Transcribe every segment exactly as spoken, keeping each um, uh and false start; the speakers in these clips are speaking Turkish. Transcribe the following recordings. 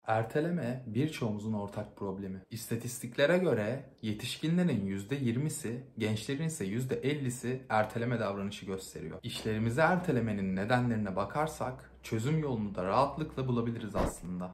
Erteleme birçoğumuzun ortak problemi. İstatistiklere göre yetişkinlerin yüzde yirmisi, gençlerin ise yüzde ellisi erteleme davranışı gösteriyor. İşlerimizi ertelemenin nedenlerine bakarsak çözüm yolunu da rahatlıkla bulabiliriz aslında.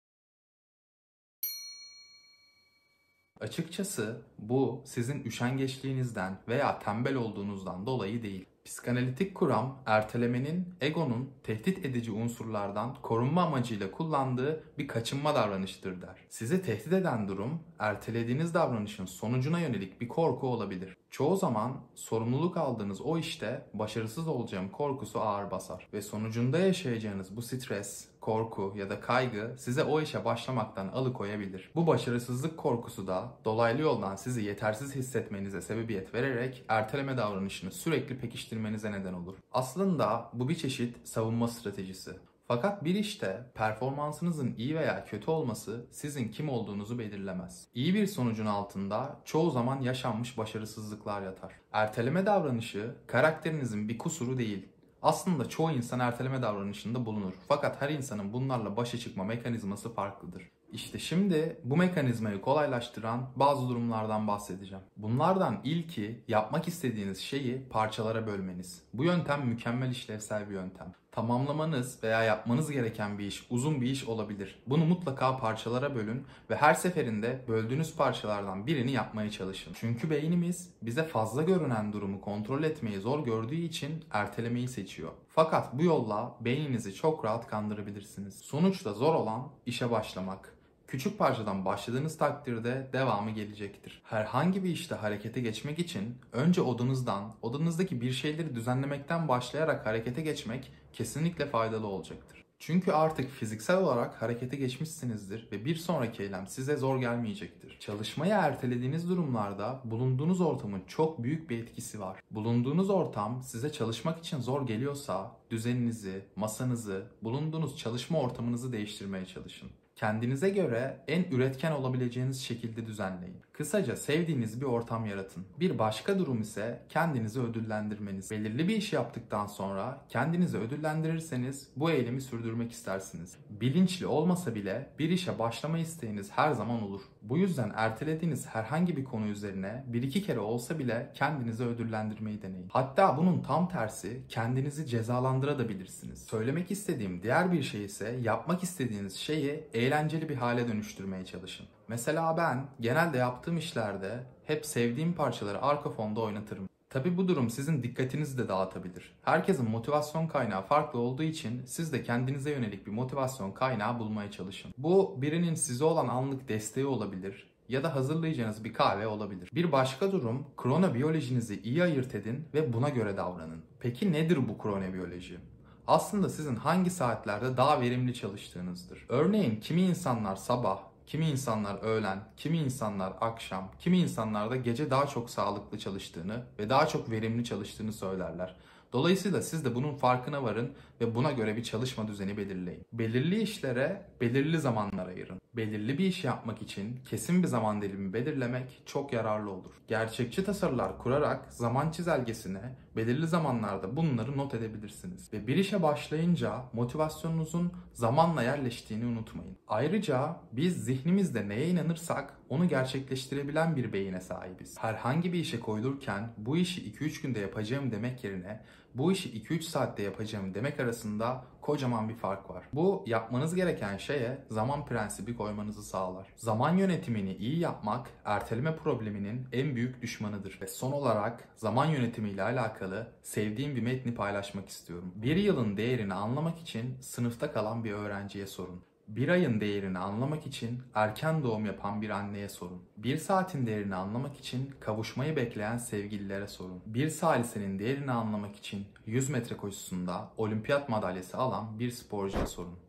Açıkçası bu sizin üşengeçliğinizden veya tembel olduğunuzdan dolayı değil. Psikanalitik kuram, ertelemenin egonun tehdit edici unsurlardan korunma amacıyla kullandığı bir kaçınma davranıştır der. Sizi tehdit eden durum, ertelediğiniz davranışın sonucuna yönelik bir korku olabilir. Çoğu zaman sorumluluk aldığınız o işte başarısız olacağım korkusu ağır basar ve sonucunda yaşayacağınız bu stres, korku ya da kaygı size o işe başlamaktan alıkoyabilir. Bu başarısızlık korkusu da dolaylı yoldan sizi yetersiz hissetmenize sebebiyet vererek erteleme davranışını sürekli pekiştirmenize neden olur. Aslında bu bir çeşit savunma stratejisi. Fakat bir işte performansınızın iyi veya kötü olması sizin kim olduğunuzu belirlemez. İyi bir sonucun altında çoğu zaman yaşanmış başarısızlıklar yatar. Erteleme davranışı karakterinizin bir kusuru değil. Aslında çoğu insan erteleme davranışında bulunur. Fakat her insanın bunlarla başa çıkma mekanizması farklıdır. İşte şimdi bu mekanizmayı kolaylaştıran bazı durumlardan bahsedeceğim. Bunlardan ilki yapmak istediğiniz şeyi parçalara bölmeniz. Bu yöntem mükemmel işlevsel bir yöntem. Tamamlamanız veya yapmanız gereken bir iş uzun bir iş olabilir. Bunu mutlaka parçalara bölün ve her seferinde böldüğünüz parçalardan birini yapmaya çalışın. Çünkü beynimiz bize fazla görünen durumu kontrol etmeyi zor gördüğü için ertelemeyi seçiyor. Fakat bu yolla beyninizi çok rahat kandırabilirsiniz. Sonuçta zor olan işe başlamak. Küçük parçadan başladığınız takdirde devamı gelecektir. Herhangi bir işte harekete geçmek için önce odanızdan, odanızdaki bir şeyleri düzenlemekten başlayarak harekete geçmek kesinlikle faydalı olacaktır. Çünkü artık fiziksel olarak harekete geçmişsinizdir ve bir sonraki eylem size zor gelmeyecektir. Çalışmayı ertelediğiniz durumlarda bulunduğunuz ortamın çok büyük bir etkisi var. Bulunduğunuz ortam size çalışmak için zor geliyorsa düzeninizi, masanızı, bulunduğunuz çalışma ortamınızı değiştirmeye çalışın. Kendinize göre en üretken olabileceğiniz şekilde düzenleyin. Kısaca sevdiğiniz bir ortam yaratın. Bir başka durum ise kendinizi ödüllendirmeniz. Belirli bir iş yaptıktan sonra kendinizi ödüllendirirseniz bu eylemi sürdürmek istersiniz. Bilinçli olmasa bile bir işe başlama isteğiniz her zaman olur. Bu yüzden ertelediğiniz herhangi bir konu üzerine bir iki kere olsa bile kendinizi ödüllendirmeyi deneyin. Hatta bunun tam tersi kendinizi cezalandırabilirsiniz. Söylemek istediğim diğer bir şey ise yapmak istediğiniz şeyi eğlenceli bir hale dönüştürmeye çalışın. Mesela ben genelde yaptığım işlerde hep sevdiğim parçaları arka fonda oynatırım. Tabi bu durum sizin dikkatinizi de dağıtabilir. Herkesin motivasyon kaynağı farklı olduğu için siz de kendinize yönelik bir motivasyon kaynağı bulmaya çalışın. Bu birinin size olan anlık desteği olabilir ya da hazırlayacağınız bir kahve olabilir. Bir başka durum, kronobiyolojinizi iyi ayırt edin ve buna göre davranın. Peki nedir bu kronobiyoloji? Aslında sizin hangi saatlerde daha verimli çalıştığınızdır. Örneğin kimi insanlar sabah, kimi insanlar öğlen, kimi insanlar akşam, kimi insanlar da gece daha çok sağlıklı çalıştığını ve daha çok verimli çalıştığını söylerler. Dolayısıyla siz de bunun farkına varın ve buna göre bir çalışma düzeni belirleyin. Belirli işlere belirli zamanlar ayırın. Belirli bir iş yapmak için kesin bir zaman dilimi belirlemek çok yararlı olur. Gerçekçi tasarılar kurarak zaman çizelgesine belirli zamanlarda bunları not edebilirsiniz. Ve bir işe başlayınca motivasyonunuzun zamanla yerleştiğini unutmayın. Ayrıca biz zihnimizde neye inanırsak onu gerçekleştirebilen bir beyine sahibiz. Herhangi bir işe koyulurken bu işi iki üç günde yapacağım demek yerine bu işi iki üç saatte yapacağım demek arasında kocaman bir fark var. Bu yapmanız gereken şeye zaman prensibi koymanızı sağlar. Zaman yönetimini iyi yapmak erteleme probleminin en büyük düşmanıdır. Ve son olarak zaman yönetimiyle alakalı sevdiğim bir metni paylaşmak istiyorum. Bir yılın değerini anlamak için sınıfta kalan bir öğrenciye sorun. Bir ayın değerini anlamak için erken doğum yapan bir anneye sorun. Bir saatin değerini anlamak için kavuşmayı bekleyen sevgililere sorun. Bir salisenin değerini anlamak için yüz metre koşusunda olimpiyat madalyası alan bir sporcuya sorun.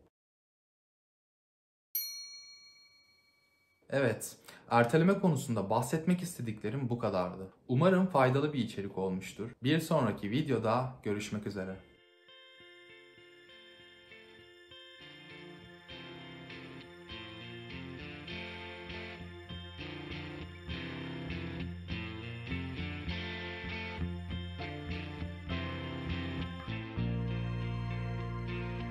Evet, erteleme konusunda bahsetmek istediklerim bu kadardı. Umarım faydalı bir içerik olmuştur. Bir sonraki videoda görüşmek üzere.